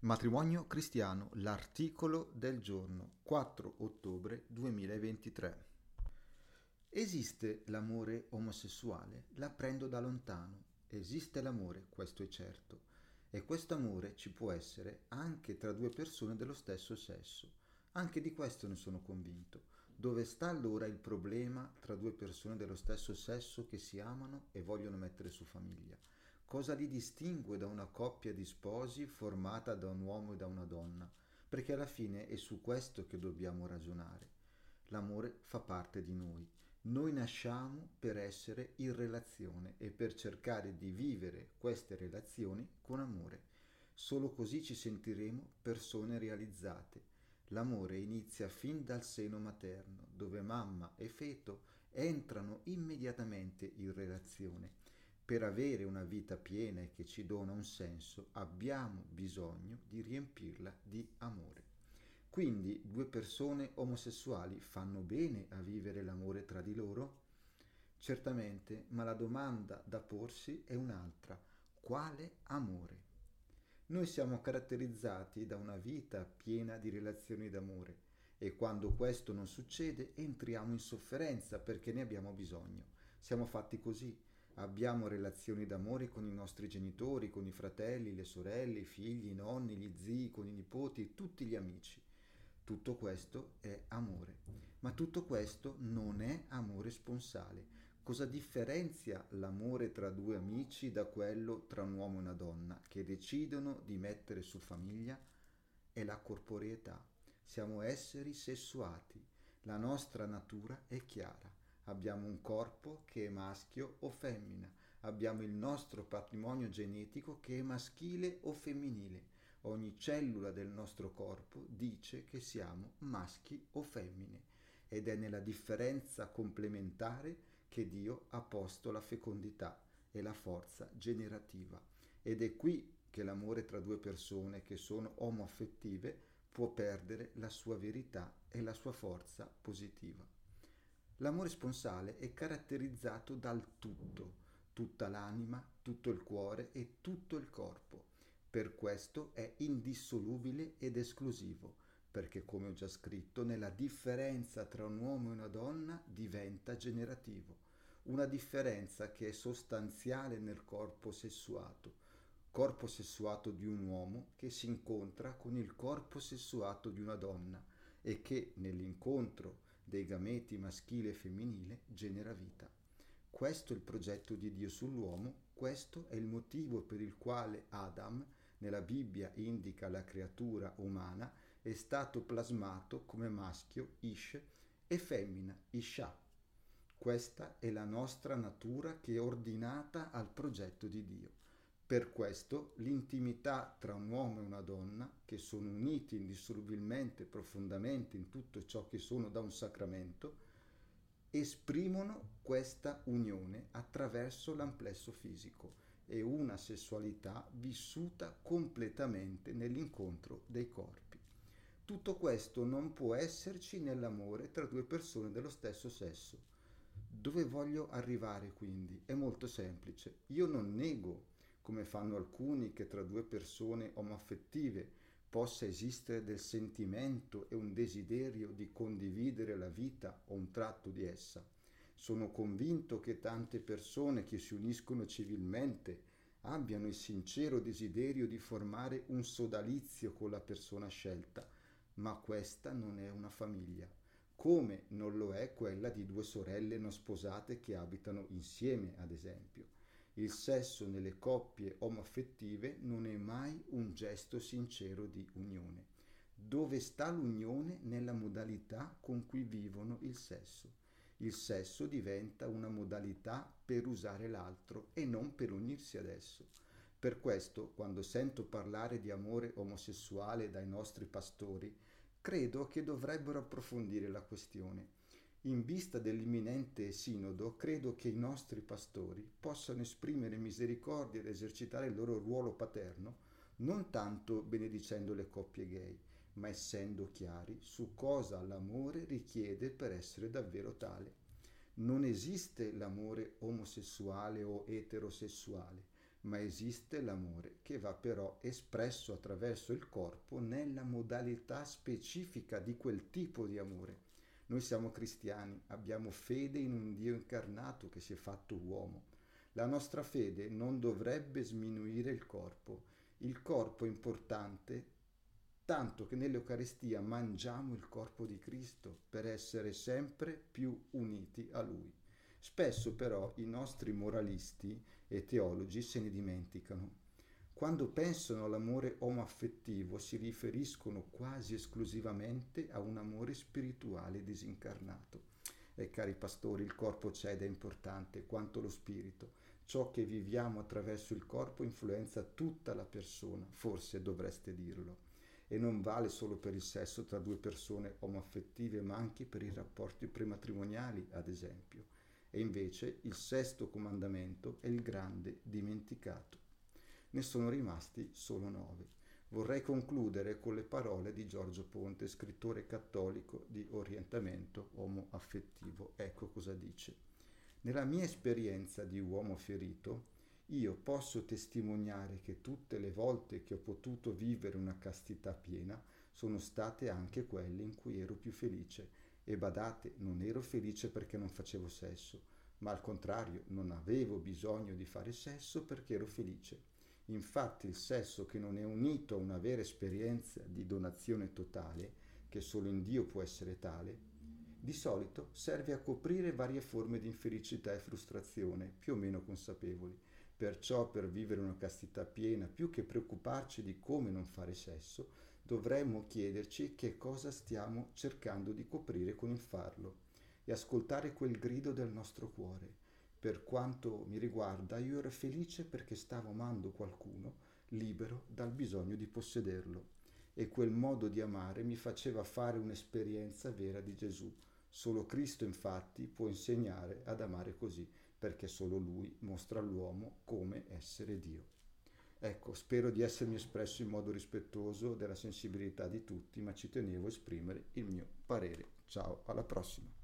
Matrimonio cristiano, l'articolo del giorno, 4 ottobre 2023. Esiste l'amore omosessuale? La prendo da lontano. Esiste l'amore, questo è certo. E questo amore ci può essere anche tra due persone dello stesso sesso. Anche di questo ne sono convinto. Dove sta allora il problema tra due persone dello stesso sesso che si amano e vogliono mettere su famiglia? Cosa li distingue da una coppia di sposi formata da un uomo e da una donna? Perché alla fine è su questo che dobbiamo ragionare. L'amore fa parte di noi. Noi nasciamo per essere in relazione e per cercare di vivere queste relazioni con amore. Solo così ci sentiremo persone realizzate. L'amore inizia fin dal seno materno, dove mamma e feto entrano immediatamente in relazione. Per avere una vita piena e che ci dona un senso, abbiamo bisogno di riempirla di amore. Quindi due persone omosessuali fanno bene a vivere l'amore tra di loro? Certamente, ma la domanda da porsi è un'altra. Quale amore? Noi siamo caratterizzati da una vita piena di relazioni d'amore e quando questo non succede entriamo in sofferenza perché ne abbiamo bisogno. Siamo fatti così. Abbiamo relazioni d'amore con i nostri genitori, con i fratelli, le sorelle, i figli, i nonni, gli zii, con i nipoti, tutti gli amici. Tutto questo è amore, ma tutto questo non è amore sponsale. Cosa differenzia l'amore tra due amici da quello tra un uomo e una donna che decidono di mettere su famiglia? È la corporeità. Siamo esseri sessuati. La nostra natura è chiara. Abbiamo un corpo che è maschio o femmina. Abbiamo il nostro patrimonio genetico che è maschile o femminile. Ogni cellula del nostro corpo dice che siamo maschi o femmine ed è nella differenza complementare che Dio ha posto la fecondità e la forza generativa. Ed è qui che l'amore tra due persone che sono omoaffettive può perdere la sua verità e la sua forza positiva. L'amore sponsale è caratterizzato dal tutto, tutta l'anima, tutto il cuore e tutto il corpo. Per questo è indissolubile ed esclusivo, perché come ho già scritto, nella differenza tra un uomo e una donna diventa generativo, una differenza che è sostanziale nel corpo sessuato di un uomo che si incontra con il corpo sessuato di una donna e che nell'incontro dei gameti maschile e femminile genera vita. Questo è il progetto di Dio sull'uomo, questo è il motivo per il quale Adam, nella Bibbia indica la creatura umana, è stato plasmato come maschio, Ish, e femmina, Isha. Questa è la nostra natura che è ordinata al progetto di Dio. Per questo l'intimità tra un uomo e una donna, che sono uniti indissolubilmente, profondamente in tutto ciò che sono da un sacramento, esprimono questa unione attraverso l'amplesso fisico e una sessualità vissuta completamente nell'incontro dei corpi. Tutto questo non può esserci nell'amore tra due persone dello stesso sesso. Dove voglio arrivare quindi? È molto semplice. Io non nego, come fanno alcuni, che tra due persone omoaffettive possa esistere del sentimento e un desiderio di condividere la vita o un tratto di essa. Sono convinto che tante persone che si uniscono civilmente abbiano il sincero desiderio di formare un sodalizio con la persona scelta, ma questa non è una famiglia, come non lo è quella di due sorelle non sposate che abitano insieme, ad esempio. Il sesso nelle coppie omoaffettive non è mai un gesto sincero di unione. Dove sta l'unione nella modalità con cui vivono il sesso? Il sesso diventa una modalità per usare l'altro e non per unirsi ad esso. Per questo, quando sento parlare di amore omosessuale dai nostri pastori, credo che dovrebbero approfondire la questione. In vista dell'imminente sinodo, credo che i nostri pastori possano esprimere misericordia ed esercitare il loro ruolo paterno, non tanto benedicendo le coppie gay, ma essendo chiari su cosa l'amore richiede per essere davvero tale. Non esiste l'amore omosessuale o eterosessuale. ma esiste l'amore che va però espresso attraverso il corpo nella modalità specifica di quel tipo di amore. Noi siamo cristiani, abbiamo fede in un Dio incarnato che si è fatto uomo. La nostra fede non dovrebbe sminuire il corpo. Il corpo è importante, tanto che nell'Eucaristia mangiamo il corpo di Cristo per essere sempre più uniti a Lui. Spesso però i nostri moralisti e teologi se ne dimenticano. Quando pensano all'amore omoaffettivo si riferiscono quasi esclusivamente a un amore spirituale disincarnato. E cari pastori, il corpo c'è ed è importante quanto lo spirito. Ciò che viviamo attraverso il corpo influenza tutta la persona, forse dovreste dirlo. E non vale solo per il sesso tra due persone omoaffettive, ma anche per i rapporti prematrimoniali, ad esempio. E invece il sesto comandamento è il grande dimenticato. Ne sono rimasti solo 9. Vorrei concludere con le parole di Giorgio Ponte, scrittore cattolico di orientamento omoaffettivo. Ecco cosa dice. Nella mia esperienza di uomo ferito, io posso testimoniare che tutte le volte che ho potuto vivere una castità piena sono state anche quelle in cui ero più felice. E badate, non ero felice perché non facevo sesso, ma al contrario, non avevo bisogno di fare sesso perché ero felice. Infatti il sesso che non è unito a una vera esperienza di donazione totale, che solo in Dio può essere tale, di solito serve a coprire varie forme di infelicità e frustrazione, più o meno consapevoli. Perciò per vivere una castità piena, più che preoccuparci di come non fare sesso, dovremmo chiederci che cosa stiamo cercando di coprire con il farlo e ascoltare quel grido del nostro cuore. Per quanto mi riguarda, io ero felice perché stavo amando qualcuno libero dal bisogno di possederlo e quel modo di amare mi faceva fare un'esperienza vera di Gesù. Solo Cristo infatti può insegnare ad amare così, perché solo Lui mostra all'uomo come essere Dio. Ecco, spero di essermi espresso in modo rispettoso della sensibilità di tutti, ma ci tenevo a esprimere il mio parere. Ciao, alla prossima!